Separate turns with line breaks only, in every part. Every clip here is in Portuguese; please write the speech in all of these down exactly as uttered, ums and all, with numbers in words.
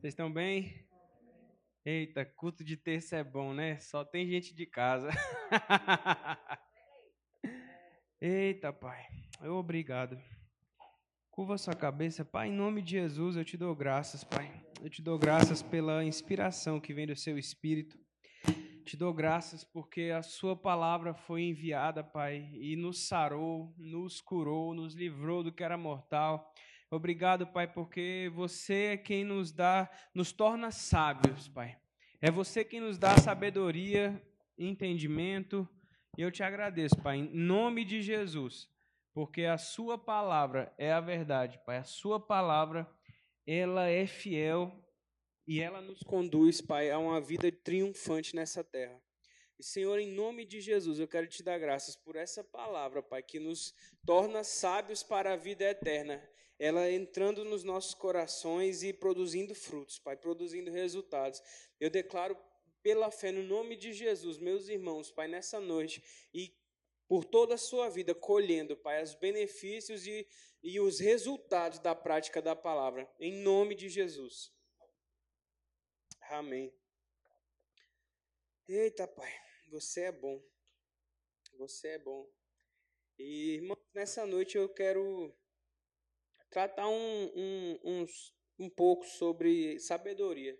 Vocês estão bem? Eita, culto de terça é bom, né? Só tem gente de casa. Eita, Pai. Obrigado. Curva sua cabeça. Pai, em nome de Jesus, eu te dou graças, Pai. Eu te dou graças pela inspiração que vem do seu Espírito. Te dou graças porque a sua palavra foi enviada, Pai, e nos sarou, nos curou, nos livrou do que era mortal. Obrigado, Pai, porque você é quem nos dá, nos torna sábios, Pai. É você quem nos dá sabedoria, entendimento, e eu te agradeço, Pai, em nome de Jesus, porque a sua palavra é a verdade, Pai. A sua palavra, ela é fiel e ela nos conduz, Pai, a uma vida triunfante nessa terra. E, Senhor, em nome de Jesus, eu quero te dar graças por essa palavra, Pai, que nos torna sábios para a vida eterna. Ela entrando nos nossos corações e produzindo frutos, Pai, produzindo resultados. Eu declaro pela fé, no nome de Jesus, meus irmãos, Pai, nessa noite, e por toda a sua vida, colhendo, Pai, os benefícios e, e os resultados da prática da palavra. Em nome de Jesus. Amém. Eita, Pai, você é bom. Você é bom. E, irmãos, nessa noite eu quero tratar um, um, uns, um pouco sobre sabedoria.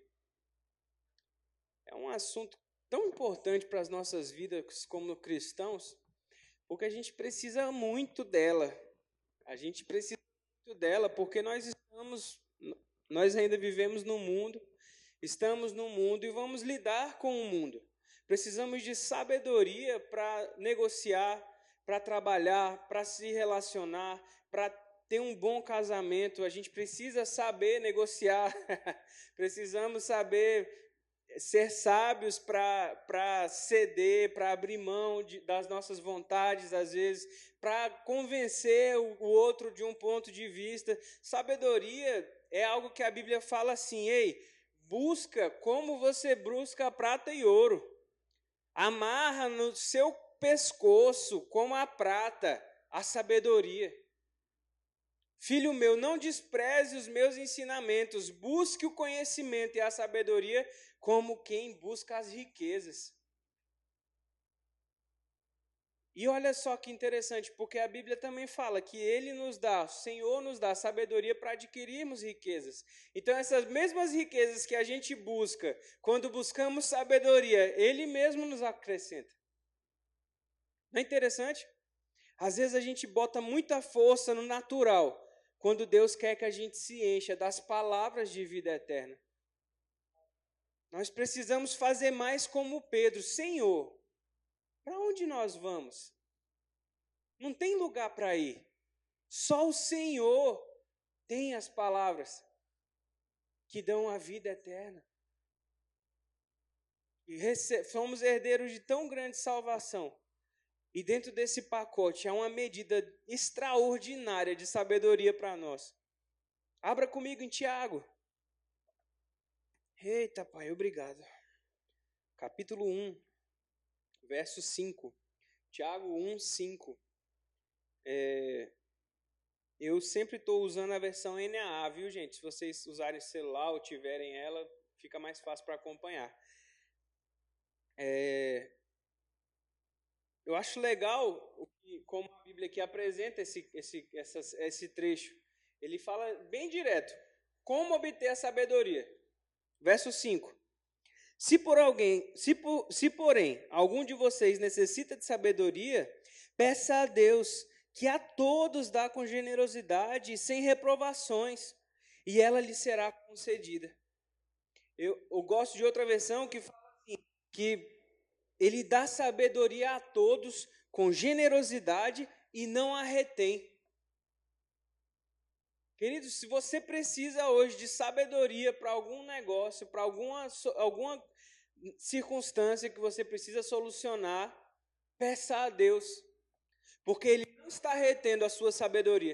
É um assunto tão importante para as nossas vidas como cristãos, porque a gente precisa muito dela. A gente precisa muito dela porque nós estamos, nós ainda vivemos no mundo, estamos no mundo e vamos lidar com o mundo. Precisamos de sabedoria para negociar, para trabalhar, para se relacionar, para ter um bom casamento. A gente precisa saber negociar, precisamos saber ser sábios para ceder, para abrir mão de, das nossas vontades, às vezes, para convencer o, o outro de um ponto de vista. Sabedoria é algo que a Bíblia fala assim: ei, busca como você busca prata e ouro. Amarra no seu pescoço, como a prata, a sabedoria. Filho meu, não despreze os meus ensinamentos, busque o conhecimento e a sabedoria como quem busca as riquezas. E olha só que interessante, porque a Bíblia também fala que Ele nos dá, o Senhor nos dá sabedoria para adquirirmos riquezas. Então essas mesmas riquezas que a gente busca, quando buscamos sabedoria, Ele mesmo nos acrescenta. Não é interessante? Às vezes a gente bota muita força no natural, quando Deus quer que a gente se encha das palavras de vida eterna. Nós precisamos fazer mais como Pedro. Senhor, para onde nós vamos? Não tem lugar para ir. Só o Senhor tem as palavras que dão a vida eterna. E rece- fomos herdeiros de tão grande salvação. E dentro desse pacote há uma medida extraordinária de sabedoria para nós. Abra comigo em Tiago. Eita, Pai, obrigado. Capítulo um, verso cinco. Tiago um, cinco. É, eu sempre estou usando a versão N A A, viu, gente? Se vocês usarem celular ou tiverem ela, fica mais fácil para acompanhar. É, eu acho legal o que, como a Bíblia aqui apresenta esse, esse, essas, esse trecho. Ele fala bem direto. Como obter a sabedoria? Verso cinco. Se por alguém, se, por, se porém algum de vocês necessita de sabedoria, peça a Deus, que a todos dá com generosidade e sem reprovações, e ela lhe será concedida. Eu, eu gosto de outra versão que fala assim, que ele dá sabedoria a todos com generosidade e não a retém. Queridos, se você precisa hoje de sabedoria para algum negócio, para alguma, alguma circunstância que você precisa solucionar, peça a Deus, porque Ele não está retendo a sua sabedoria.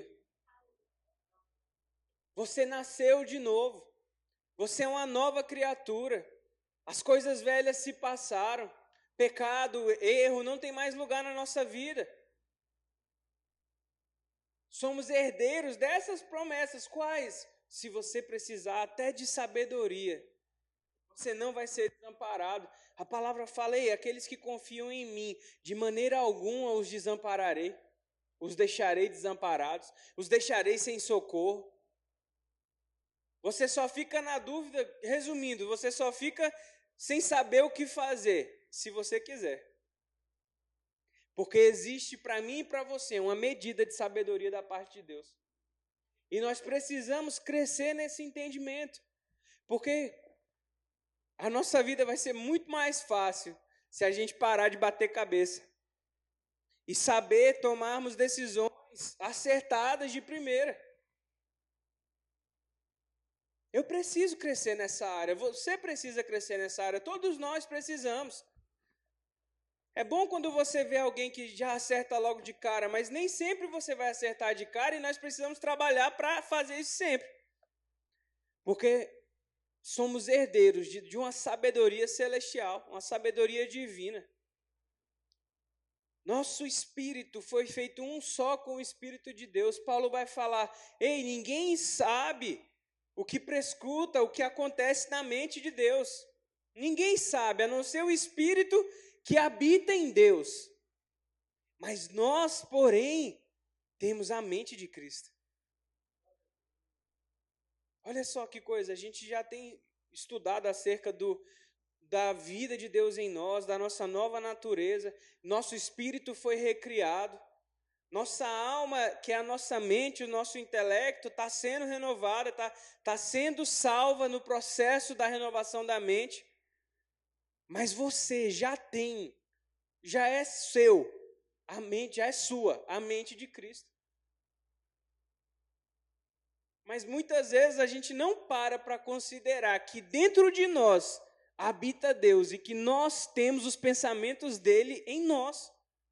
Você nasceu de novo, você é uma nova criatura, as coisas velhas se passaram, pecado, erro não tem mais lugar na nossa vida. Somos herdeiros dessas promessas, quais? se você precisar até de sabedoria, você não vai ser desamparado. A palavra fala, ei, aqueles que confiam em mim, de maneira alguma os desampararei, os deixarei desamparados, os deixarei sem socorro. Você só fica na dúvida, resumindo, você só fica sem saber o que fazer, se você quiser. Porque existe para mim e para você uma medida de sabedoria da parte de Deus. E nós precisamos crescer nesse entendimento. Porque a nossa vida vai ser muito mais fácil se a gente parar de bater cabeça. E saber tomarmos decisões acertadas de primeira. Eu preciso crescer nessa área, você precisa crescer nessa área, todos nós precisamos. É bom quando você vê alguém que já acerta logo de cara, mas nem sempre você vai acertar de cara e nós precisamos trabalhar para fazer isso sempre. Porque somos herdeiros de, de uma sabedoria celestial, uma sabedoria divina. Nosso espírito foi feito um só com o Espírito de Deus. Paulo vai falar, ei, ninguém sabe o que prescruta, o que acontece na mente de Deus. Ninguém sabe, a não ser o Espírito que habita em Deus. Mas nós, porém, temos a mente de Cristo. Olha só que coisa, a gente já tem estudado acerca do, da vida de Deus em nós, da nossa nova natureza. Nosso espírito foi recriado. Nossa alma, que é a nossa mente, o nosso intelecto, está sendo renovada, está tá sendo salva no processo da renovação da mente. Mas você já tem, já é seu, a mente já é sua, a mente de Cristo. Mas muitas vezes a gente não para para considerar que dentro de nós habita Deus e que nós temos os pensamentos dele em nós.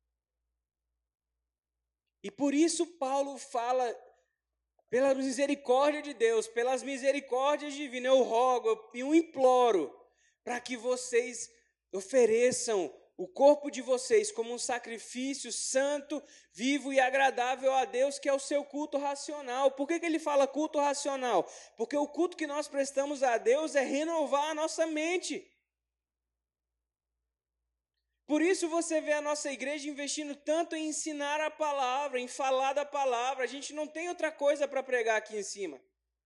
E por isso Paulo fala, pela misericórdia de Deus, pelas misericórdias divinas, eu rogo e eu imploro para que vocês ofereçam o corpo de vocês como um sacrifício santo, vivo e agradável a Deus, que é o seu culto racional. Por que que ele fala culto racional? Porque o culto que nós prestamos a Deus é renovar a nossa mente. Por isso você vê a nossa igreja investindo tanto em ensinar a palavra, em falar da palavra. A gente não tem outra coisa para pregar aqui em cima.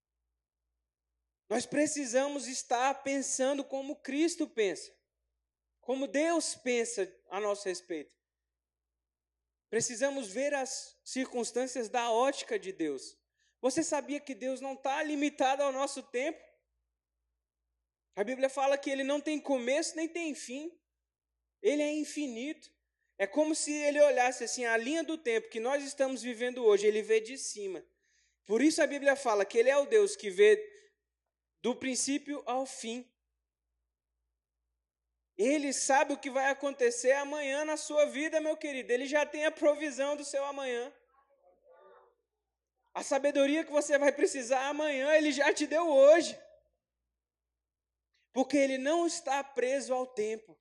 Nós precisamos estar pensando como Cristo pensa, como Deus pensa a nosso respeito. Precisamos ver as circunstâncias da ótica de Deus. Você sabia que Deus não está limitado ao nosso tempo? A Bíblia fala que Ele não tem começo nem tem fim. Ele é infinito. É como se Ele olhasse assim, a linha do tempo que nós estamos vivendo hoje, Ele vê de cima. Por isso a Bíblia fala que Ele é o Deus que vê do princípio ao fim. Ele sabe o que vai acontecer amanhã na sua vida, meu querido. Ele já tem a provisão do seu amanhã. A sabedoria que você vai precisar amanhã, Ele já te deu hoje. Porque Ele não está preso ao tempo.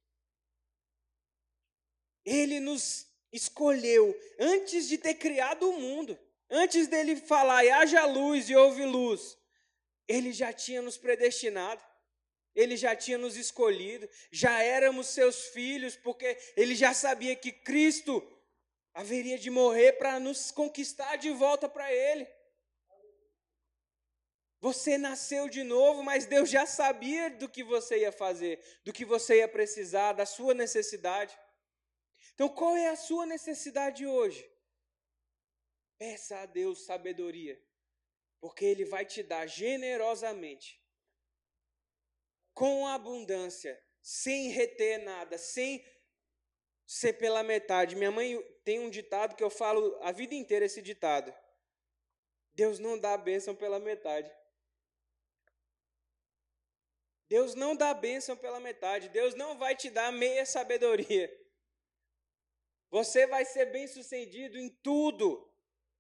Ele nos escolheu antes de ter criado o mundo. Antes dele falar, e haja luz e houve luz. Ele já tinha nos predestinado. Ele já tinha nos escolhido, já éramos seus filhos, porque Ele já sabia que Cristo haveria de morrer para nos conquistar de volta para Ele. Você nasceu de novo, mas Deus já sabia do que você ia fazer, do que você ia precisar, da sua necessidade. Então, qual é a sua necessidade hoje? Peça a Deus sabedoria, porque Ele vai te dar generosamente, com abundância, sem reter nada, sem ser pela metade. Minha mãe tem um ditado que eu falo a vida inteira, esse ditado. Deus não dá a bênção pela metade. Deus não dá a bênção pela metade. Deus não vai te dar meia sabedoria. Você vai ser bem-sucedido em tudo,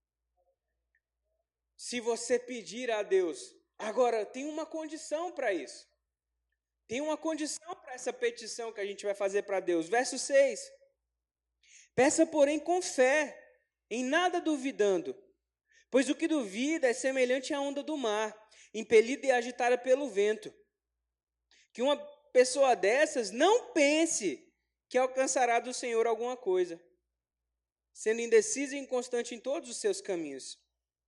se você pedir a Deus. Agora, tem uma condição para isso. Tem uma condição para essa petição que a gente vai fazer para Deus. Verso seis. Peça, porém, com fé, em nada duvidando, pois o que duvida é semelhante à onda do mar, impelida e agitada pelo vento. Que uma pessoa dessas não pense que alcançará do Senhor alguma coisa, sendo indecisa e inconstante em todos os seus caminhos.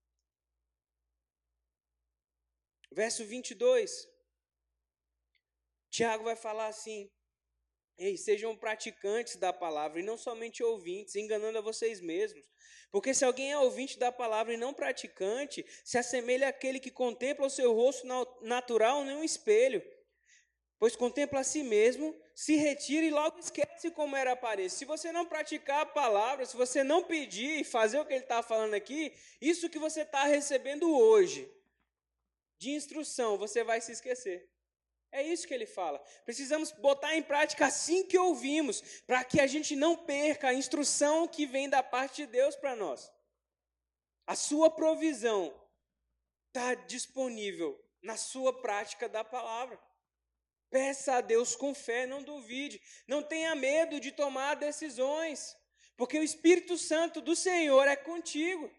Verso vinte e dois, Tiago vai falar assim: ei, sejam praticantes da palavra e não somente ouvintes, enganando a vocês mesmos. Porque se alguém é ouvinte da palavra e não praticante, se assemelha àquele que contempla o seu rosto natural em um espelho, pois contempla a si mesmo, se retira e logo esquece como era a aparência. Se você não praticar a palavra, se você não pedir e fazer o que ele está falando aqui, isso que você está recebendo hoje, de instrução, você vai se esquecer. É isso que ele fala. Precisamos botar em prática assim que ouvimos, para que a gente não perca a instrução que vem da parte de Deus para nós. A sua provisão está disponível na sua prática da palavra. Peça a Deus com fé, não duvide. Não tenha medo de tomar decisões, porque o Espírito Santo do Senhor é contigo.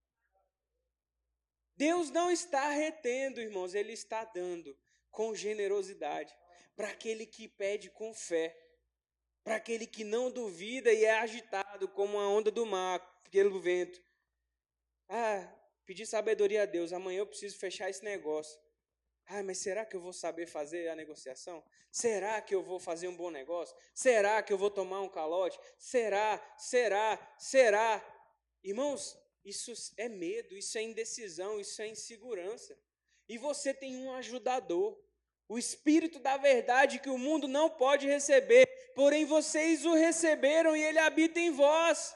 Deus não está retendo, irmãos, Ele está dando com generosidade, para aquele que pede com fé, para aquele que não duvida e é agitado como a onda do mar, pelo vento. Ah, pedi sabedoria a Deus, amanhã eu preciso fechar esse negócio. Ah, mas será que eu vou saber fazer a negociação? Será que eu vou fazer um bom negócio? Será que eu vou tomar um calote? Será, será, será? Irmãos, isso é medo, isso é indecisão, isso é insegurança. E você tem um ajudador, o Espírito da verdade que o mundo não pode receber, porém vocês o receberam e ele habita em vós.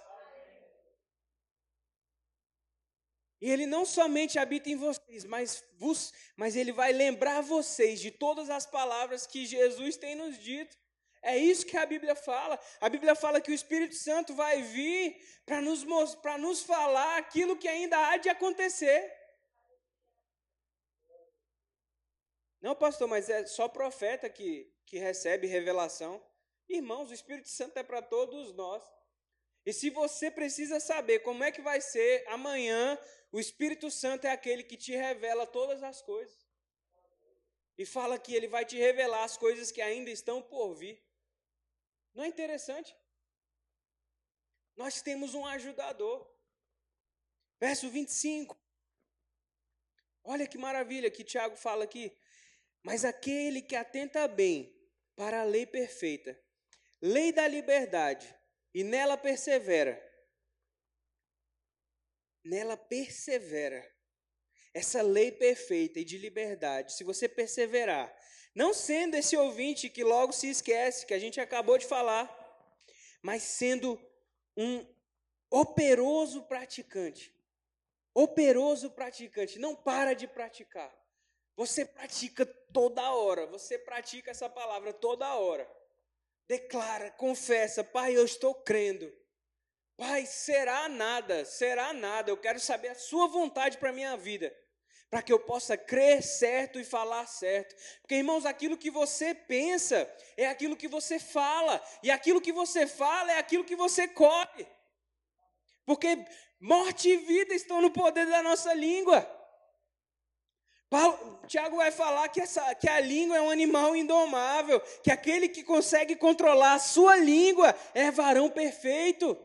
E ele não somente habita em vocês, mas, vos, mas ele vai lembrar vocês de todas as palavras que Jesus tem nos dito. É isso que a Bíblia fala. A Bíblia fala que o Espírito Santo vai vir para nos, para nos falar aquilo que ainda há de acontecer. Não, pastor, mas é só profeta que, que recebe revelação. Irmãos, o Espírito Santo é para todos nós. E se você precisa saber como é que vai ser amanhã, o Espírito Santo é aquele que te revela todas as coisas. E fala que ele vai te revelar as coisas que ainda estão por vir. Não é interessante? Nós temos um ajudador. Verso vinte e cinco. Olha que maravilha que Tiago fala aqui. Mas aquele que atenta bem para a lei perfeita, lei da liberdade, e nela persevera, nela persevera, essa lei perfeita e de liberdade, se você perseverar, não sendo esse ouvinte que logo se esquece, que a gente acabou de falar, mas sendo um operoso praticante, operoso praticante, não para de praticar. Você pratica toda hora, você pratica essa palavra toda hora. Declara, confessa, Pai, eu estou crendo. Pai, será nada, será nada. Eu quero saber a sua vontade para a minha vida, para que eu possa crer certo e falar certo. Porque, irmãos, aquilo que você pensa é aquilo que você fala, e aquilo que você fala é aquilo que você colhe. Porque morte e vida estão no poder da nossa língua. Paulo, Tiago vai falar que, essa, que a língua é um animal indomável, que aquele que consegue controlar a sua língua é varão perfeito. O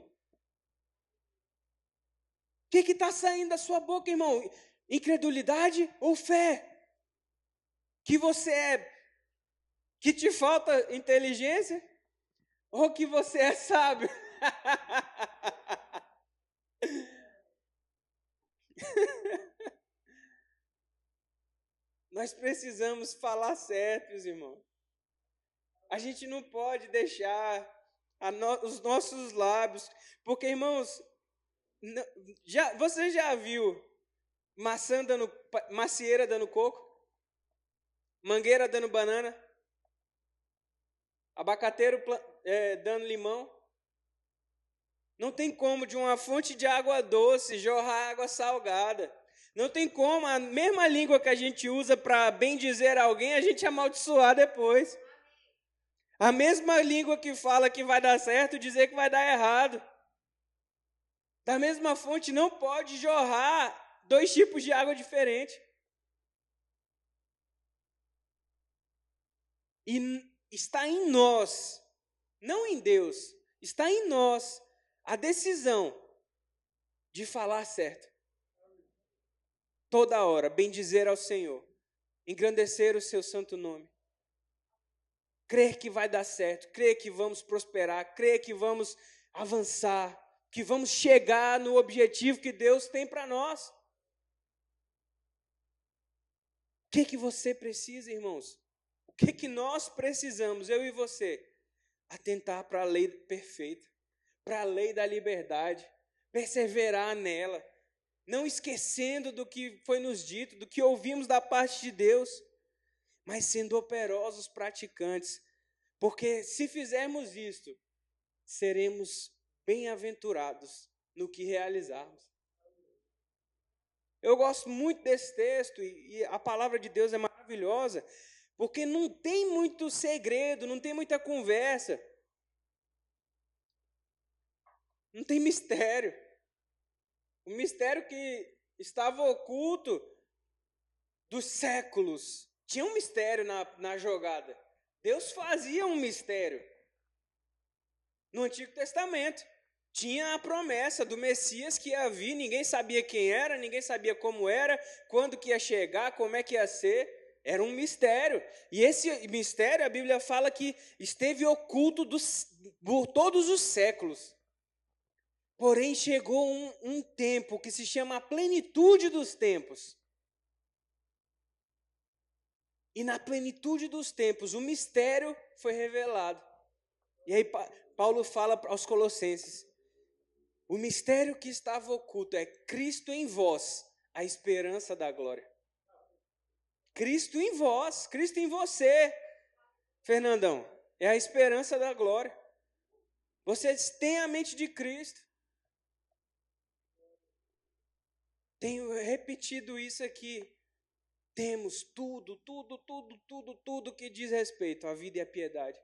que está saindo da sua boca, irmão? Incredulidade ou fé? Que você é, que te falta inteligência? Ou que você é sábio? Nós precisamos falar certo, meus irmãos. A gente não pode deixar a no, os nossos lábios, porque, irmãos, não, já, você já viu maçã dando, macieira dando coco? Mangueira dando banana? Abacateiro é, dando limão? Não tem como de uma fonte de água doce jorrar água salgada. Não tem como, a mesma língua que a gente usa para bendizer alguém, a gente amaldiçoar depois. A mesma língua que fala que vai dar certo, dizer que vai dar errado. Da mesma fonte não pode jorrar dois tipos de água diferentes. E está em nós, não em Deus, está em nós a decisão de falar certo. Toda hora, bendizer ao Senhor, engrandecer o seu santo nome. Crer que vai dar certo, crer que vamos prosperar, crer que vamos avançar, que vamos chegar no objetivo que Deus tem para nós. O que, que você precisa, irmãos? O que, que nós precisamos, eu e você? Atentar para a lei perfeita, para a lei da liberdade, perseverar nela, não esquecendo do que foi nos dito, do que ouvimos da parte de Deus, mas sendo operosos praticantes, porque se fizermos isto, seremos bem-aventurados no que realizarmos. Eu gosto muito desse texto e, e a palavra de Deus é maravilhosa, porque não tem muito segredo, não tem muita conversa, não tem mistério. O mistério que estava oculto dos séculos. Tinha um mistério na, na jogada. Deus fazia um mistério. No Antigo Testamento, tinha a promessa do Messias que ia vir, ninguém sabia quem era, ninguém sabia como era, quando que ia chegar, como é que ia ser. Era um mistério. E esse mistério, a Bíblia fala que esteve oculto dos, por todos os séculos. Porém, chegou um, um tempo que se chama a plenitude dos tempos. E na plenitude dos tempos, o mistério foi revelado. E aí Paulo fala aos Colossenses, o mistério que estava oculto é Cristo em vós, a esperança da glória. Cristo em vós, Cristo em você, Fernandão, é a esperança da glória. Vocês têm a mente de Cristo. Tenho repetido isso aqui. Temos tudo, tudo, tudo, tudo, tudo que diz respeito à vida e à piedade.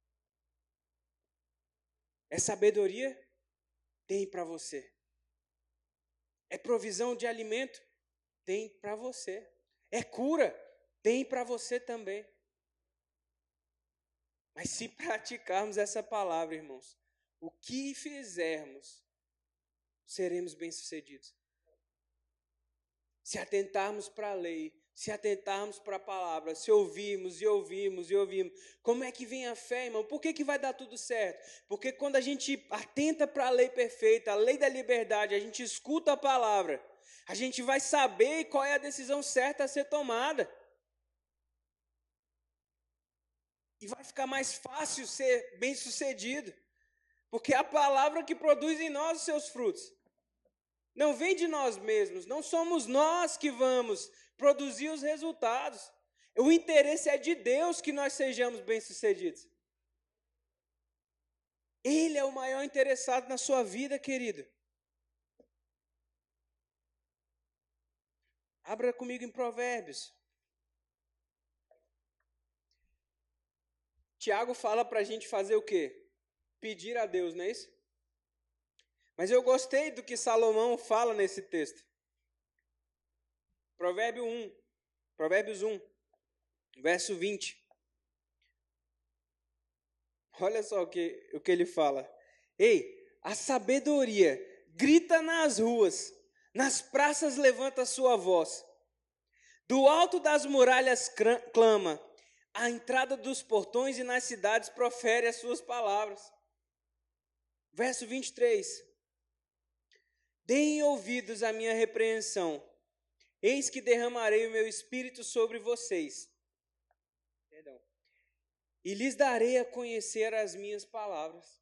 É sabedoria? Tem para você. É provisão de alimento? Tem para você. É cura? Tem para você também. Mas se praticarmos essa palavra, irmãos, o que fizermos, seremos bem-sucedidos. Se atentarmos para a lei, se atentarmos para a palavra, se ouvirmos e ouvirmos e ouvirmos, como é que vem a fé, irmão? Por que que vai dar tudo certo? Porque quando a gente atenta para a lei perfeita, a lei da liberdade, a gente escuta a palavra, a gente vai saber qual é a decisão certa a ser tomada. E vai ficar mais fácil ser bem-sucedido, porque é a palavra que produz em nós os seus frutos. Não vem de nós mesmos, não somos nós que vamos produzir os resultados. O interesse é de Deus que nós sejamos bem-sucedidos. Ele é o maior interessado na sua vida, querido. Abra comigo em Provérbios. Tiago fala para a gente fazer o quê? Pedir a Deus, não é isso? Mas eu gostei do que Salomão fala nesse texto. Provérbio um, Provérbios um, verso vinte. Olha só o que, o que ele fala. Ei, a sabedoria grita nas ruas, nas praças levanta sua voz. Do alto das muralhas clama, à entrada dos portões e nas cidades profere as suas palavras. Verso vinte e três. Deem ouvidos à minha repreensão. Eis que derramarei o meu espírito sobre vocês. Perdão. E lhes darei a conhecer as minhas palavras.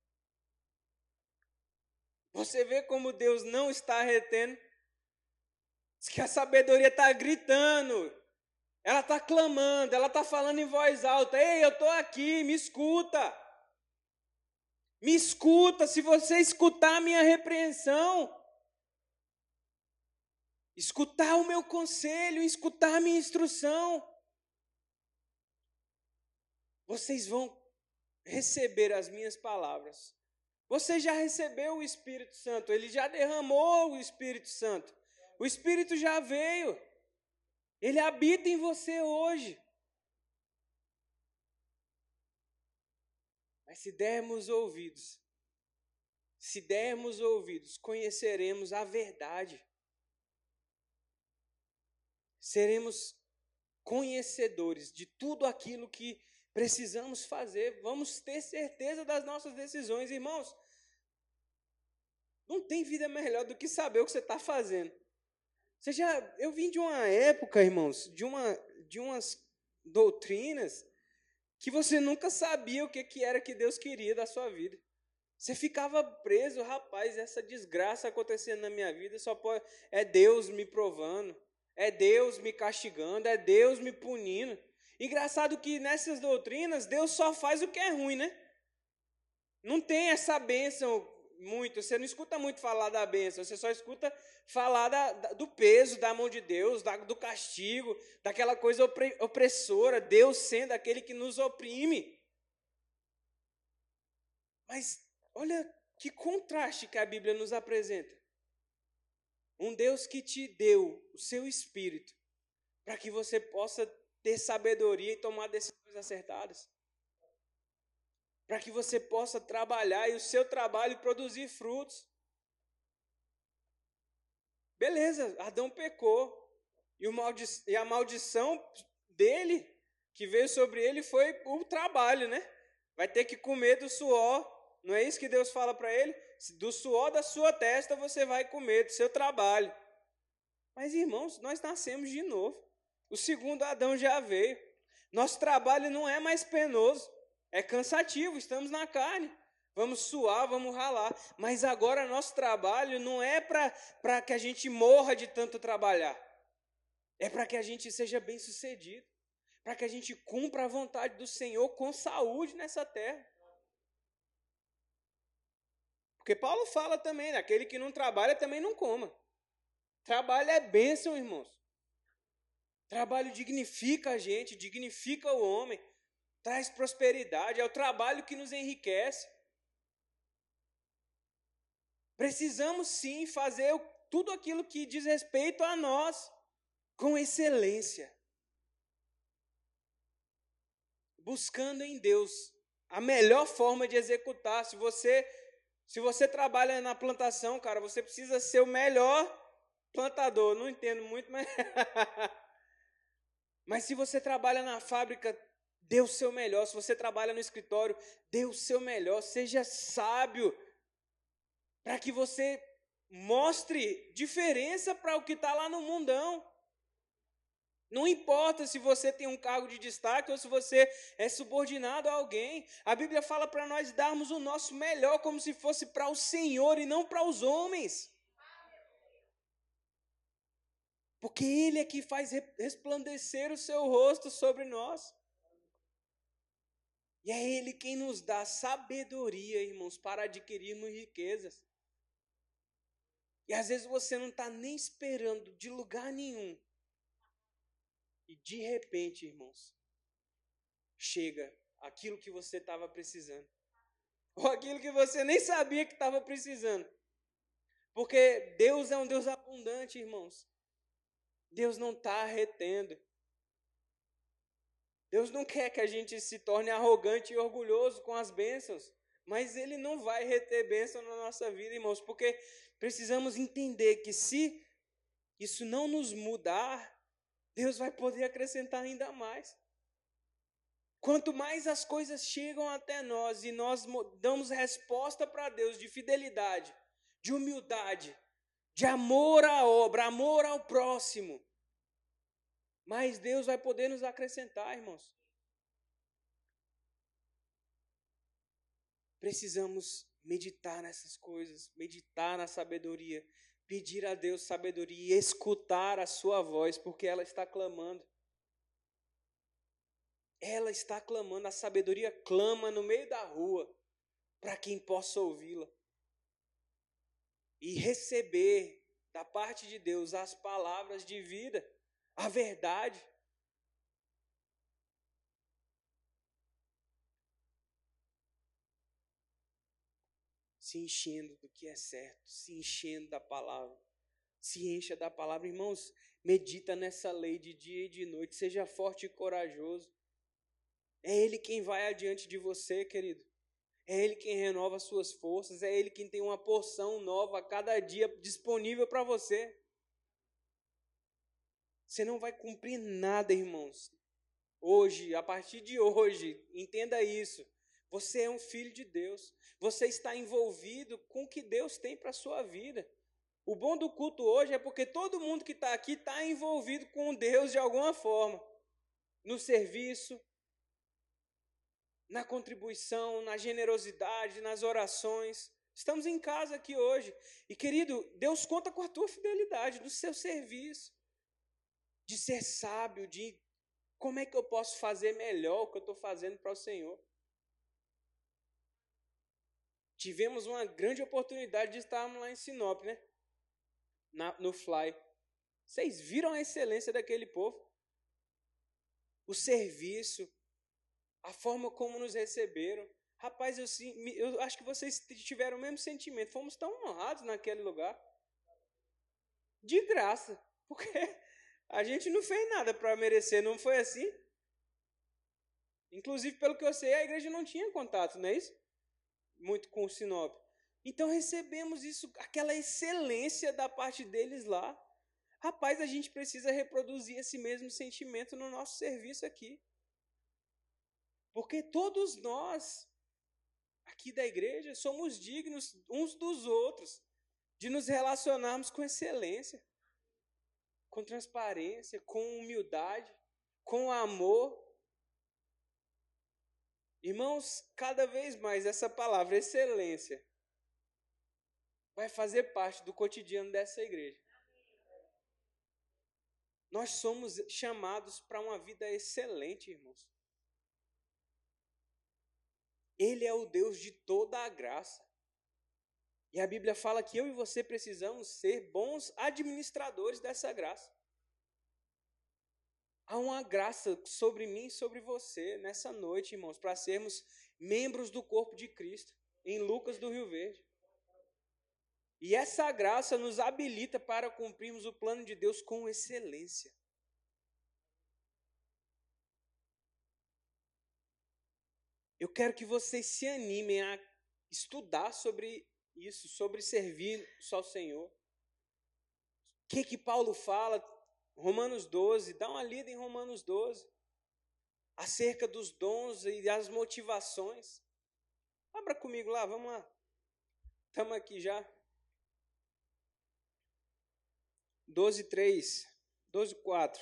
Você vê como Deus não está retendo? Diz que a sabedoria está gritando. Ela está clamando, ela está falando em voz alta. Ei, eu estou aqui, me escuta. Me escuta, se você escutar a minha repreensão, escutar o meu conselho, escutar a minha instrução, vocês vão receber as minhas palavras. Você já recebeu o Espírito Santo, ele já derramou o Espírito Santo. O Espírito já veio, ele habita em você hoje. Mas se dermos ouvidos, se dermos ouvidos, conheceremos a verdade. Seremos conhecedores de tudo aquilo que precisamos fazer. Vamos ter certeza das nossas decisões, irmãos. Não tem vida melhor do que saber o que você está fazendo. Você já, eu vim de uma época, irmãos, de, uma, de umas doutrinas que você nunca sabia o que, que era que Deus queria da sua vida. Você ficava preso, rapaz, essa desgraça acontecendo na minha vida só pode, é Deus me provando, é Deus me castigando, é Deus me punindo. Engraçado que nessas doutrinas, Deus só faz o que é ruim, né? Não tem essa bênção muito, você não escuta muito falar da bênção, você só escuta falar da, da, do peso da mão de Deus, da, do castigo, daquela coisa opre, opressora, Deus sendo aquele que nos oprime. Mas olha que contraste que a Bíblia nos apresenta. Um Deus que te deu o seu Espírito para que você possa ter sabedoria e tomar decisões acertadas. Para que você possa trabalhar e o seu trabalho produzir frutos. Beleza, Adão pecou. E, o maldi- e a maldição dele, que veio sobre ele, foi o trabalho, né? Vai ter que comer do suor. Não é isso que Deus fala para ele? Do suor da sua testa você vai comer, do seu trabalho. Mas, irmãos, nós nascemos de novo. O segundo Adão já veio. Nosso trabalho não é mais penoso. É cansativo, estamos na carne. Vamos suar, vamos ralar. Mas agora nosso trabalho não é para que a gente morra de tanto trabalhar. É para que a gente seja bem sucedido. Para que a gente cumpra a vontade do Senhor com saúde nessa terra. Porque Paulo fala também, né? Aquele que não trabalha também não coma. Trabalho é bênção, irmãos. Trabalho dignifica a gente, dignifica o homem. Traz prosperidade, é o trabalho que nos enriquece. Precisamos sim fazer tudo aquilo que diz respeito a nós, com excelência. Buscando em Deus a melhor forma de executar. Se você, se você trabalha na plantação, cara, você precisa ser o melhor plantador. Não entendo muito, mas... mas se você trabalha na fábrica, dê o seu melhor. Se você trabalha no escritório, dê o seu melhor. Seja sábio, para que você mostre diferença para o que está lá no mundão. Não importa se você tem um cargo de destaque ou se você é subordinado a alguém. A Bíblia fala para nós darmos o nosso melhor como se fosse para o Senhor e não para os homens. Porque Ele é que faz resplandecer o seu rosto sobre nós. E é Ele quem nos dá sabedoria, irmãos, para adquirirmos riquezas. E às vezes você não está nem esperando de lugar nenhum. E de repente, irmãos, chega aquilo que você estava precisando. Ou aquilo que você nem sabia que estava precisando. Porque Deus é um Deus abundante, irmãos. Deus não está retendo. Deus não quer que a gente se torne arrogante e orgulhoso com as bênçãos. Mas Ele não vai reter bênção na nossa vida, irmãos. Porque precisamos entender que se isso não nos mudar, Deus vai poder acrescentar ainda mais. Quanto mais as coisas chegam até nós e nós damos resposta para Deus de fidelidade, de humildade, de amor à obra, amor ao próximo, mais Deus vai poder nos acrescentar, irmãos. Precisamos meditar nessas coisas, meditar na sabedoria, pedir a Deus sabedoria e escutar a sua voz, porque ela está clamando. Ela está clamando, a sabedoria clama no meio da rua, para quem possa ouvi-la. E receber da parte de Deus as palavras de vida, a verdade. Se enchendo do que é certo, se enchendo da palavra. Se encha da palavra, irmãos, medita nessa lei de dia e de noite, seja forte e corajoso. É Ele quem vai adiante de você, querido. É Ele quem renova as suas forças, é Ele quem tem uma porção nova a cada dia disponível para você. Você não vai cumprir nada, irmãos. Hoje, a partir de hoje, entenda isso. Você é um filho de Deus. Você está envolvido com o que Deus tem para a sua vida. O bom do culto hoje é porque todo mundo que está aqui está envolvido com Deus de alguma forma. No serviço, na contribuição, na generosidade, nas orações. Estamos em casa aqui hoje. E, querido, Deus conta com a tua fidelidade, do seu serviço. De ser sábio, de como é que eu posso fazer melhor o que eu estou fazendo para o Senhor. Tivemos uma grande oportunidade de estarmos lá em Sinop, né? Na, no Fly. Vocês viram a excelência daquele povo? O serviço, a forma como nos receberam. Rapaz, eu, eu acho que vocês tiveram o mesmo sentimento. Fomos tão honrados naquele lugar. De graça. Porque a gente não fez nada para merecer, não foi assim? Inclusive, pelo que eu sei, a igreja não tinha contato, não é isso? Muito com o Sinop. Então recebemos isso, aquela excelência da parte deles lá. Rapaz, a gente precisa reproduzir esse mesmo sentimento no nosso serviço aqui. Porque todos nós, aqui da igreja, somos dignos uns dos outros de nos relacionarmos com excelência, com transparência, com humildade, com amor. Irmãos, cada vez mais essa palavra excelência vai fazer parte do cotidiano dessa igreja. Nós somos chamados para uma vida excelente, irmãos. Ele é o Deus de toda a graça. E a Bíblia fala que eu e você precisamos ser bons administradores dessa graça. Há uma graça sobre mim e sobre você nessa noite, irmãos, para sermos membros do corpo de Cristo, em Lucas do Rio Verde. E essa graça nos habilita para cumprirmos o plano de Deus com excelência. Eu quero que vocês se animem a estudar sobre isso, sobre servir só ao Senhor. O que que Paulo fala? Romanos doze, dá uma lida em Romanos doze, acerca dos dons e das motivações. Abra comigo lá, vamos lá. Estamos aqui já. doze, três, doze, quatro.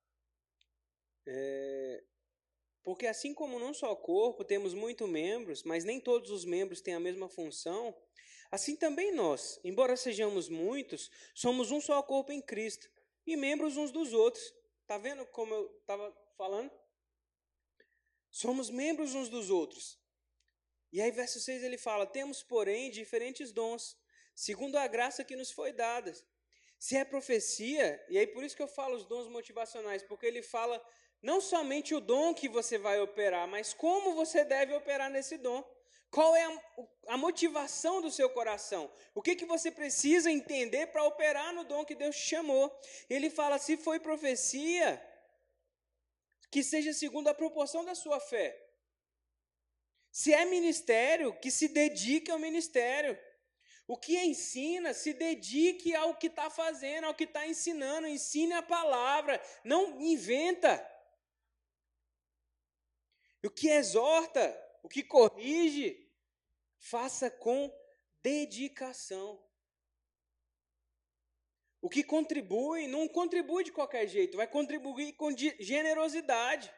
É, porque assim como num só corpo temos muitos membros, mas nem todos os membros têm a mesma função, assim também nós, embora sejamos muitos, somos um só corpo em Cristo e membros uns dos outros. Está vendo como eu estava falando? Somos membros uns dos outros. E aí, verso seis, ele fala: temos, porém, diferentes dons, segundo a graça que nos foi dada. Se é profecia, e aí por isso que eu falo os dons motivacionais, porque ele fala não somente o dom que você vai operar, mas como você deve operar nesse dom. Qual é a, a motivação do seu coração? O que, que você precisa entender para operar no dom que Deus te chamou? Ele fala, se foi profecia, que seja segundo a proporção da sua fé. Se é ministério, que se dedique ao ministério. O que ensina, se dedique ao que está fazendo, ao que está ensinando. Ensine a palavra, não inventa. O que exorta, o que corrige, faça com dedicação. O que contribui, não contribui de qualquer jeito, vai contribuir com generosidade.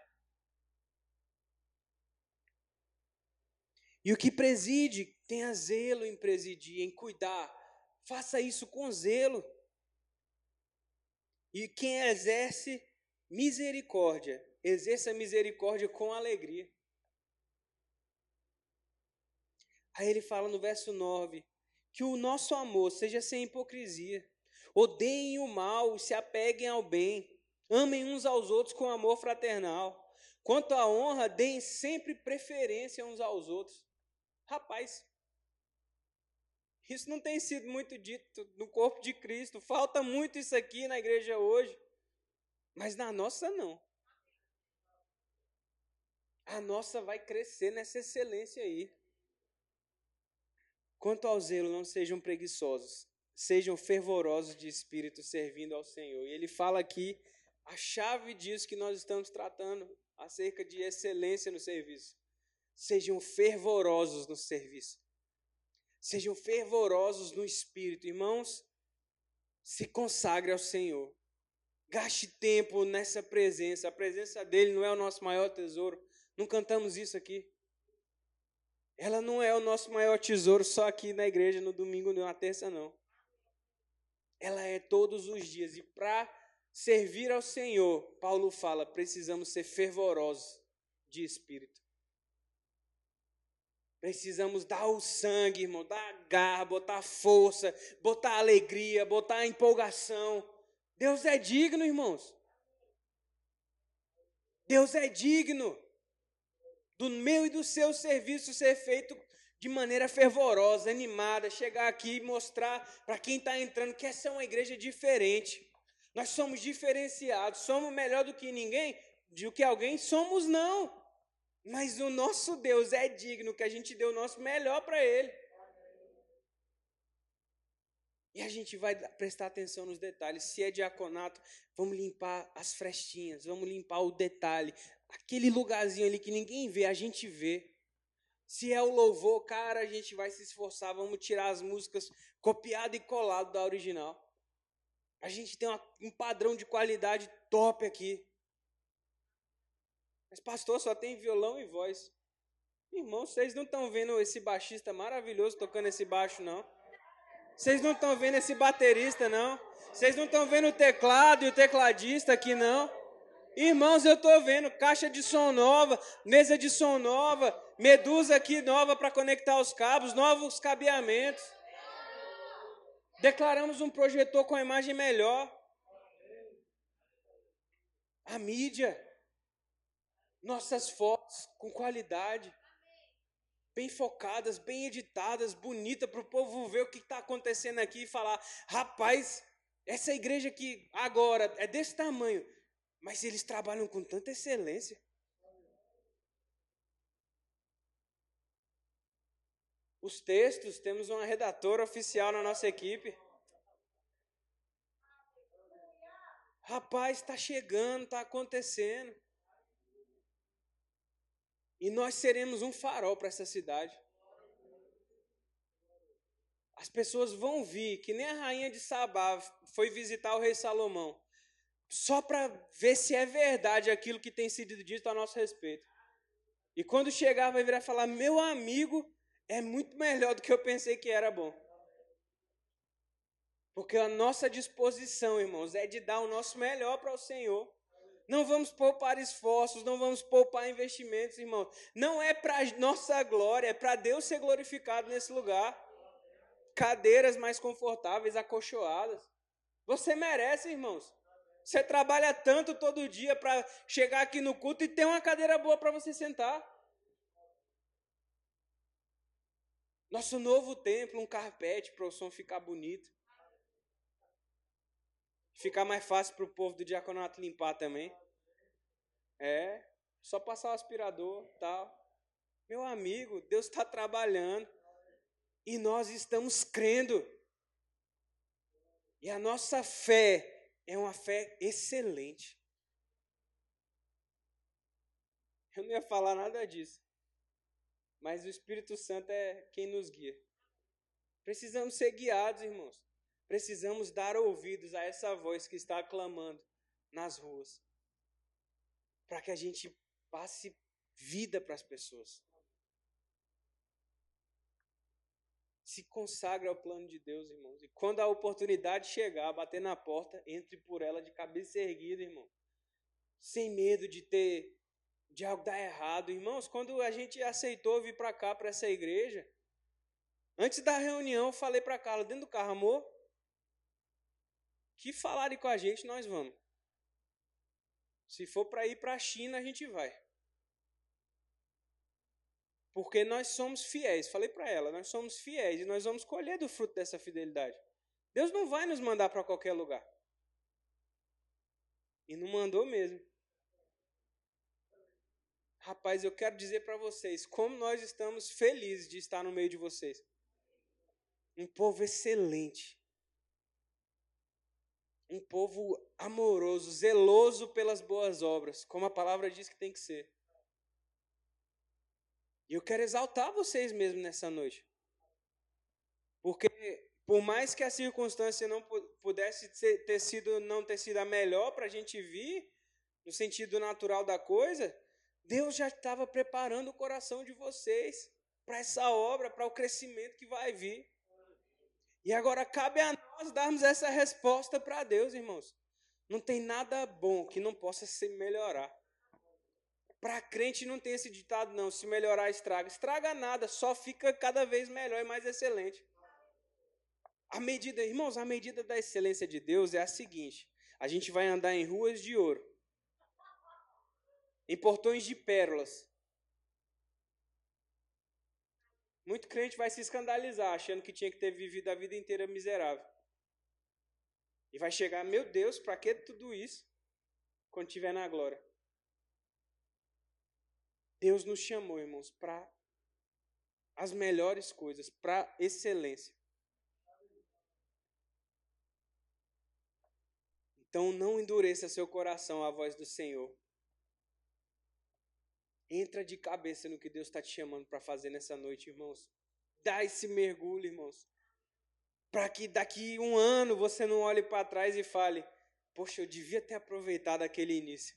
E o que preside, tenha zelo em presidir, em cuidar. Faça isso com zelo. E quem exerce misericórdia, exerça misericórdia com alegria. Aí ele fala no verso nove, que o nosso amor seja sem hipocrisia. Odeiem o mal e se apeguem ao bem. Amem uns aos outros com amor fraternal. Quanto à honra, deem sempre preferência uns aos outros. Rapaz, isso não tem sido muito dito no corpo de Cristo. Falta muito isso aqui na igreja hoje. Mas na nossa não. A nossa vai crescer nessa excelência aí. Quanto ao zelo, não sejam preguiçosos, sejam fervorosos de espírito servindo ao Senhor. E ele fala aqui a chave disso que nós estamos tratando, acerca de excelência no serviço. Sejam fervorosos no serviço. Sejam fervorosos no espírito. Irmãos, se consagre ao Senhor. Gaste tempo nessa presença. A presença dele não é o nosso maior tesouro. Não cantamos isso aqui. Ela não é o nosso maior tesouro só aqui na igreja, no domingo, na terça, não. Ela é todos os dias. E para servir ao Senhor, Paulo fala, precisamos ser fervorosos de espírito. Precisamos dar o sangue, irmão, dar garra, botar força, botar alegria, botar empolgação. Deus é digno, irmãos. Deus é digno do meu e do seu serviço ser feito de maneira fervorosa, animada, chegar aqui e mostrar para quem está entrando que essa é uma igreja diferente. Nós somos diferenciados, somos melhor do que ninguém, do que alguém, somos não. Mas o nosso Deus é digno, que a gente dê o nosso melhor para Ele. E a gente vai prestar atenção nos detalhes. Se é diaconato, vamos limpar as frestinhas, vamos limpar o detalhe. Aquele lugarzinho ali que ninguém vê, a gente vê. Se é o louvor, cara, a gente vai se esforçar, vamos tirar as músicas copiado e colado da original. A gente tem uma, um padrão de qualidade top aqui. Mas pastor, só tem violão e voz. Irmão, vocês não estão vendo esse baixista maravilhoso tocando esse baixo, não? Vocês não estão vendo esse baterista, não? Vocês não estão vendo o teclado e o tecladista aqui, não? Irmãos, eu estou vendo caixa de som nova, mesa de som nova, medusa aqui nova para conectar os cabos, novos cabeamentos. Declaramos um projetor com a imagem melhor. A mídia. Nossas fotos com qualidade. Bem focadas, bem editadas, bonita, para o povo ver o que está acontecendo aqui e falar, rapaz, essa igreja aqui agora é desse tamanho, mas eles trabalham com tanta excelência. Os textos, temos uma redatora oficial na nossa equipe. Rapaz, está chegando, está acontecendo. E nós seremos um farol para essa cidade. As pessoas vão vir, que nem a rainha de Sabá foi visitar o rei Salomão, só para ver se é verdade aquilo que tem sido dito a nosso respeito. E quando chegar, vai virar e falar, meu amigo, é muito melhor do que eu pensei que era bom. Porque a nossa disposição, irmãos, é de dar o nosso melhor para o Senhor. Não vamos poupar esforços, não vamos poupar investimentos, irmãos. Não é para nossa glória, é para Deus ser glorificado nesse lugar. Cadeiras mais confortáveis, acolchoadas. Você merece, irmãos. Você trabalha tanto todo dia para chegar aqui no culto e ter uma cadeira boa para você sentar. Nosso novo templo, um carpete para o som ficar bonito. Ficar mais fácil para o povo do diaconato limpar também. É, só passar o aspirador e tal. Meu amigo, Deus está trabalhando. E nós estamos crendo. E a nossa fé é uma fé excelente. Eu não ia falar nada disso. Mas o Espírito Santo é quem nos guia. Precisamos ser guiados, irmãos. Precisamos dar ouvidos a essa voz que está clamando nas ruas. Para que a gente passe vida para as pessoas. Se consagra ao plano de Deus, irmãos. E quando a oportunidade chegar, bater na porta, entre por ela de cabeça erguida, irmão. Sem medo de ter, de algo dar errado. Irmãos, quando a gente aceitou vir para cá, para essa igreja, antes da reunião, eu falei para a Carla, dentro do carro, amor, que falarem com a gente, nós vamos. Se for para ir para a China, a gente vai. Porque nós somos fiéis. Falei para ela, nós somos fiéis e nós vamos colher do fruto dessa fidelidade. Deus não vai nos mandar para qualquer lugar. E não mandou mesmo. Rapaz, eu quero dizer para vocês como nós estamos felizes de estar no meio de vocês. Um povo excelente. Um povo amoroso, zeloso pelas boas obras, como a palavra diz que tem que ser. E eu quero exaltar vocês mesmo nessa noite. Porque por mais que a circunstância não pudesse ter sido, não ter sido a melhor para a gente vir, no sentido natural da coisa, Deus já estava preparando o coração de vocês para essa obra, para o crescimento que vai vir. E agora cabe a nós darmos essa resposta para Deus, irmãos. Não tem nada bom que não possa se melhorar. Para crente não tem esse ditado não, se melhorar estraga. Estraga nada, só fica cada vez melhor e mais excelente. A medida, irmãos, a medida da excelência de Deus é a seguinte: a gente vai andar em ruas de ouro, em portões de pérolas. Muito crente vai se escandalizar, achando que tinha que ter vivido a vida inteira miserável. E vai chegar, meu Deus, para que tudo isso quando estiver na glória? Deus nos chamou, irmãos, para as melhores coisas, para excelência. Então não endureça seu coração à voz do Senhor. Entra de cabeça no que Deus está te chamando para fazer nessa noite, irmãos. Dá esse mergulho, irmãos. Para que daqui um ano você não olhe para trás e fale, poxa, eu devia ter aproveitado aquele início.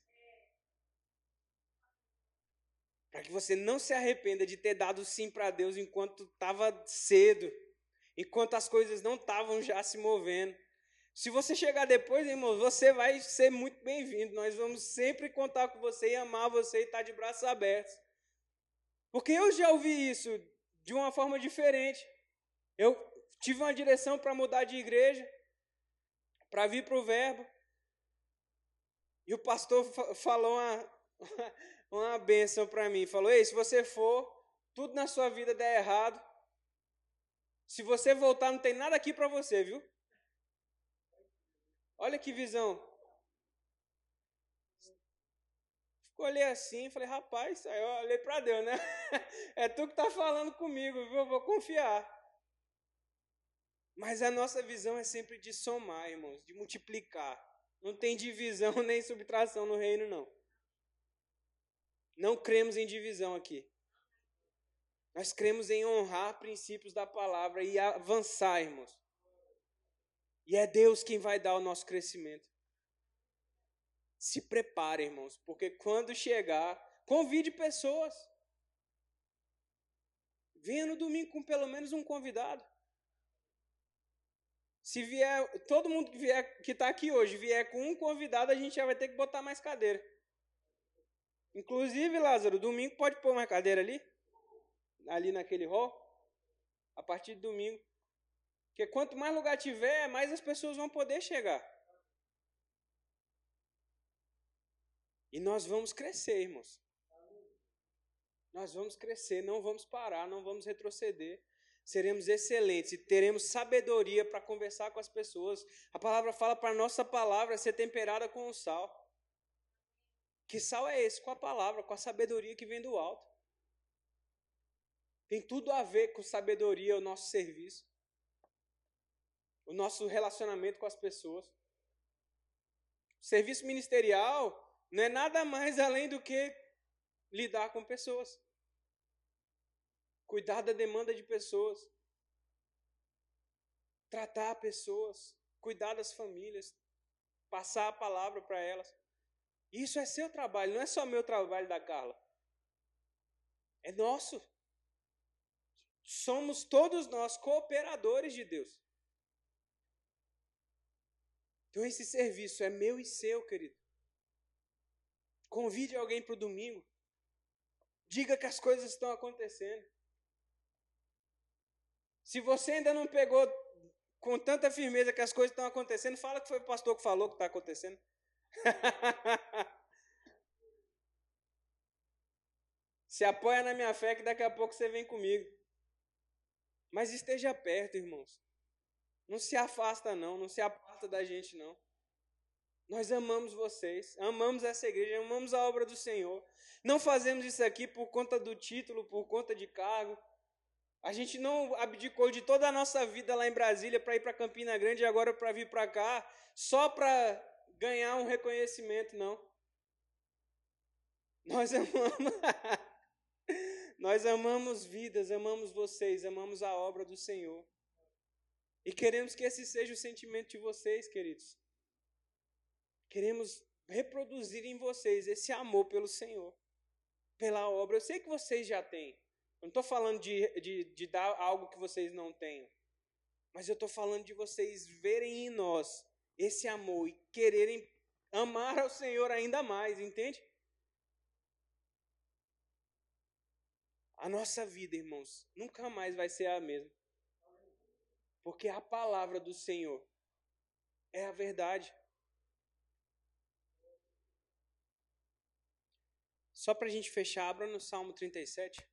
Para que você não se arrependa de ter dado sim para Deus enquanto estava cedo, enquanto as coisas não estavam já se movendo. Se você chegar depois, irmãos, você vai ser muito bem-vindo. Nós vamos sempre contar com você e amar você e estar de braços abertos. Porque eu já ouvi isso de uma forma diferente. Eu tive uma direção para mudar de igreja, para vir para o Verbo. E o pastor falou uma, uma bênção para mim. Falou, ei, se você for, tudo na sua vida der errado. Se você voltar, não tem nada aqui para você, viu? Olha que visão. Olhei assim, falei, rapaz, aí eu olhei para Deus, né? É tu que tá falando comigo, viu? Eu vou confiar. Mas a nossa visão é sempre de somar, irmãos, de multiplicar. Não tem divisão nem subtração no reino, não. Não cremos em divisão aqui. Nós cremos em honrar princípios da palavra e avançar, irmãos. E é Deus quem vai dar o nosso crescimento. Se prepare, irmãos, porque quando chegar, convide pessoas. Venha no domingo com pelo menos um convidado. Se vier, todo mundo que vier, que está aqui hoje, vier com um convidado, a gente já vai ter que botar mais cadeira. Inclusive, Lázaro, domingo pode pôr mais cadeira ali? Ali naquele hall? A partir de domingo. Porque quanto mais lugar tiver, mais as pessoas vão poder chegar. E nós vamos crescer, irmãos. Nós vamos crescer, não vamos parar, não vamos retroceder. Seremos excelentes e teremos sabedoria para conversar com as pessoas. A palavra fala para a nossa palavra ser temperada com o sal. Que sal é esse? Com a palavra, com a sabedoria que vem do alto. Tem tudo a ver com sabedoria o nosso serviço. O nosso relacionamento com as pessoas. O serviço ministerial não é nada mais além do que lidar com pessoas. Cuidar da demanda de pessoas. Tratar pessoas. Cuidar das famílias. Passar a palavra para elas. Isso é seu trabalho, não é só meu trabalho da Carla. É nosso. Somos todos nós cooperadores de Deus. Então esse serviço é meu e seu, querido. Convide alguém para o domingo. Diga que as coisas estão acontecendo. Se você ainda não pegou com tanta firmeza que as coisas estão acontecendo, fala que foi o pastor que falou que está acontecendo. Se apoia na minha fé que daqui a pouco você vem comigo. Mas esteja perto, irmãos. Não se afasta não, não se aparta da gente não. Nós amamos vocês, amamos essa igreja, amamos a obra do Senhor. Não fazemos isso aqui por conta do título, por conta de cargo. A gente não abdicou de toda a nossa vida lá em Brasília para ir para Campina Grande e agora para vir para cá só para ganhar um reconhecimento, não. Nós amamos, nós amamos vidas, amamos vocês, amamos a obra do Senhor. E queremos que esse seja o sentimento de vocês, queridos. Queremos reproduzir em vocês esse amor pelo Senhor, pela obra. Eu sei que vocês já têm. Eu não estou falando de, de, de dar algo que vocês não tenham. Mas eu estou falando de vocês verem em nós esse amor e quererem amar ao Senhor ainda mais, entende? A nossa vida, irmãos, nunca mais vai ser a mesma. Porque a palavra do Senhor é a verdade. Só para a gente fechar, abra no Salmo trinta e sete.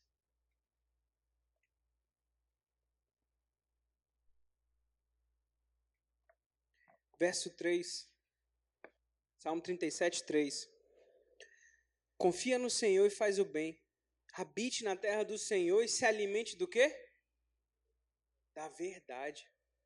Verso três. Salmo trinta e sete, três. Confia no Senhor e faz o bem. Habite na terra do Senhor e se alimente do quê? Da verdade.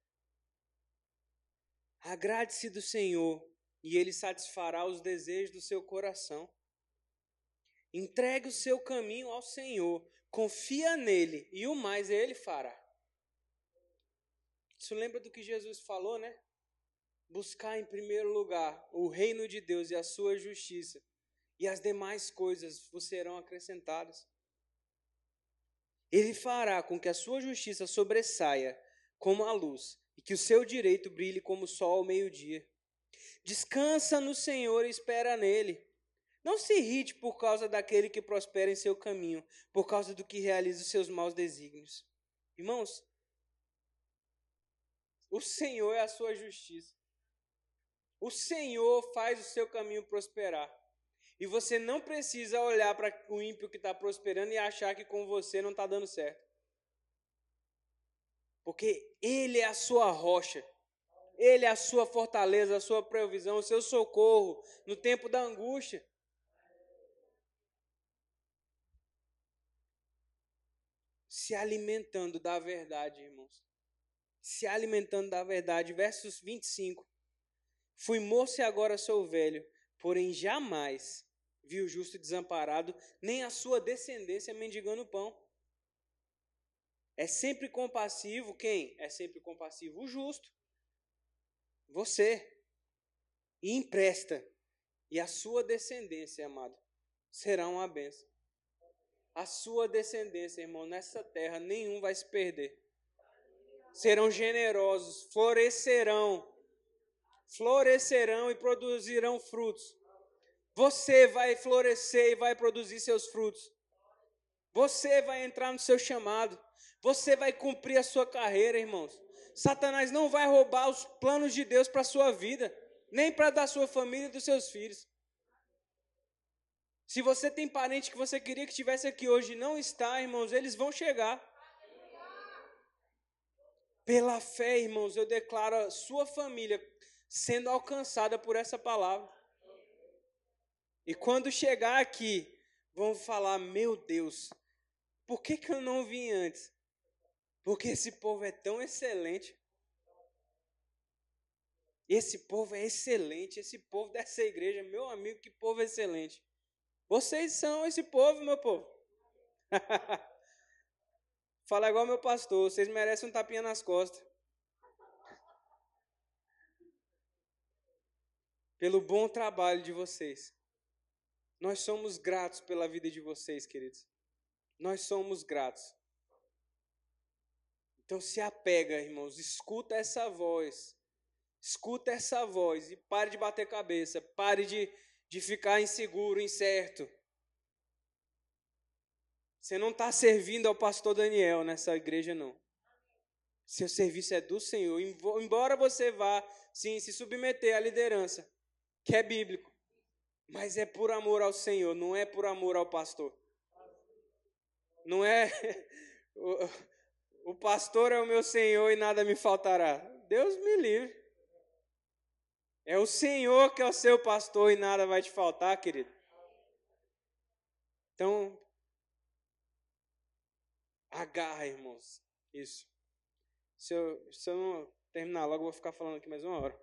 Agrade-se do Senhor e Ele satisfará os desejos do seu coração. Entregue o seu caminho ao Senhor, confia nele e o mais Ele fará. Isso lembra do que Jesus falou, né? Buscar em primeiro lugar o reino de Deus e a sua justiça, e as demais coisas vos serão acrescentadas. Ele fará com que a sua justiça sobressaia como a luz, e que o seu direito brilhe como o sol ao meio-dia. Descansa no Senhor e espera nele. Não se irrite por causa daquele que prospera em seu caminho, por causa do que realiza os seus maus desígnios. Irmãos, o Senhor é a sua justiça. O Senhor faz o seu caminho prosperar. E você não precisa olhar para o ímpio que está prosperando e achar que com você não está dando certo. Porque Ele é a sua rocha. Ele é a sua fortaleza, a sua provisão, o seu socorro no tempo da angústia. Se alimentando da verdade, irmãos. Se alimentando da verdade. Versos vinte e cinco. Fui moço e agora sou velho, porém jamais vi o justo desamparado, nem a sua descendência mendigando pão. É sempre compassivo quem? É sempre compassivo o justo. Você. E empresta. E a sua descendência, amado, será uma bênção. A sua descendência, irmão, nessa terra, nenhum vai se perder. Serão generosos, florescerão. Florescerão e produzirão frutos. Você vai florescer e vai produzir seus frutos. Você vai entrar no seu chamado. Você vai cumprir a sua carreira, irmãos. Satanás não vai roubar os planos de Deus para a sua vida, nem para da sua família e dos seus filhos. Se você tem parente que você queria que estivesse aqui hoje e não está, irmãos, eles vão chegar. Pela fé, irmãos, eu declaro a sua família sendo alcançada por essa palavra. E quando chegar aqui, vão falar, meu Deus, por que que eu não vim antes? Porque esse povo é tão excelente. Esse povo é excelente, esse povo dessa igreja, meu amigo, que povo excelente. Vocês são esse povo, meu povo. Fala igual meu pastor, vocês merecem um tapinha nas costas. Pelo bom trabalho de vocês. Nós somos gratos pela vida de vocês, queridos. Nós somos gratos. Então se apega, irmãos, escuta essa voz. Escuta essa voz e pare de bater cabeça. Pare de, de ficar inseguro, incerto. Você não está servindo ao pastor Daniel nessa igreja, não. Seu serviço é do Senhor. Embora você vá, sim, se submeter à liderança, que é bíblico. Mas é por amor ao Senhor, não é por amor ao pastor. Não é... O, o pastor é o meu Senhor e nada me faltará. Deus me livre. É o Senhor que é o seu pastor e nada vai te faltar, querido. Então, Agarra, irmãos. Isso. Se eu, se eu não terminar logo, eu vou ficar falando aqui mais uma hora.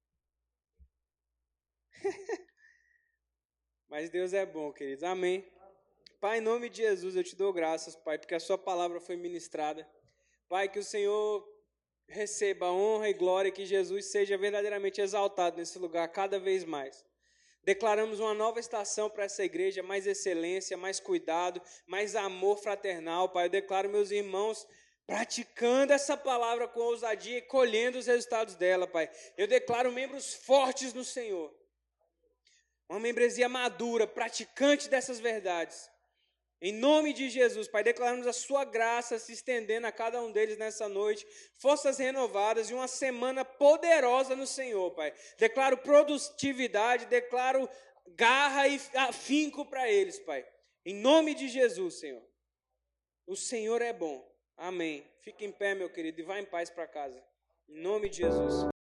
Mas Deus é bom, queridos. Amém. Pai, em nome de Jesus, eu te dou graças, Pai, porque a sua palavra foi ministrada. Pai, que o Senhor receba honra e glória, que Jesus seja verdadeiramente exaltado nesse lugar cada vez mais. Declaramos uma nova estação para essa igreja, mais excelência, mais cuidado, mais amor fraternal, Pai. Eu declaro meus irmãos praticando essa palavra com ousadia e colhendo os resultados dela, Pai. Eu declaro membros fortes no Senhor. Uma membresia madura, praticante dessas verdades. Em nome de Jesus, Pai, declaramos a sua graça se estendendo a cada um deles nessa noite, forças renovadas e uma semana poderosa no Senhor, Pai. Declaro produtividade, declaro garra e afinco para eles, Pai. Em nome de Jesus, Senhor. O Senhor é bom. Amém. Fique em pé, meu querido, e vá em paz para casa. Em nome de Jesus.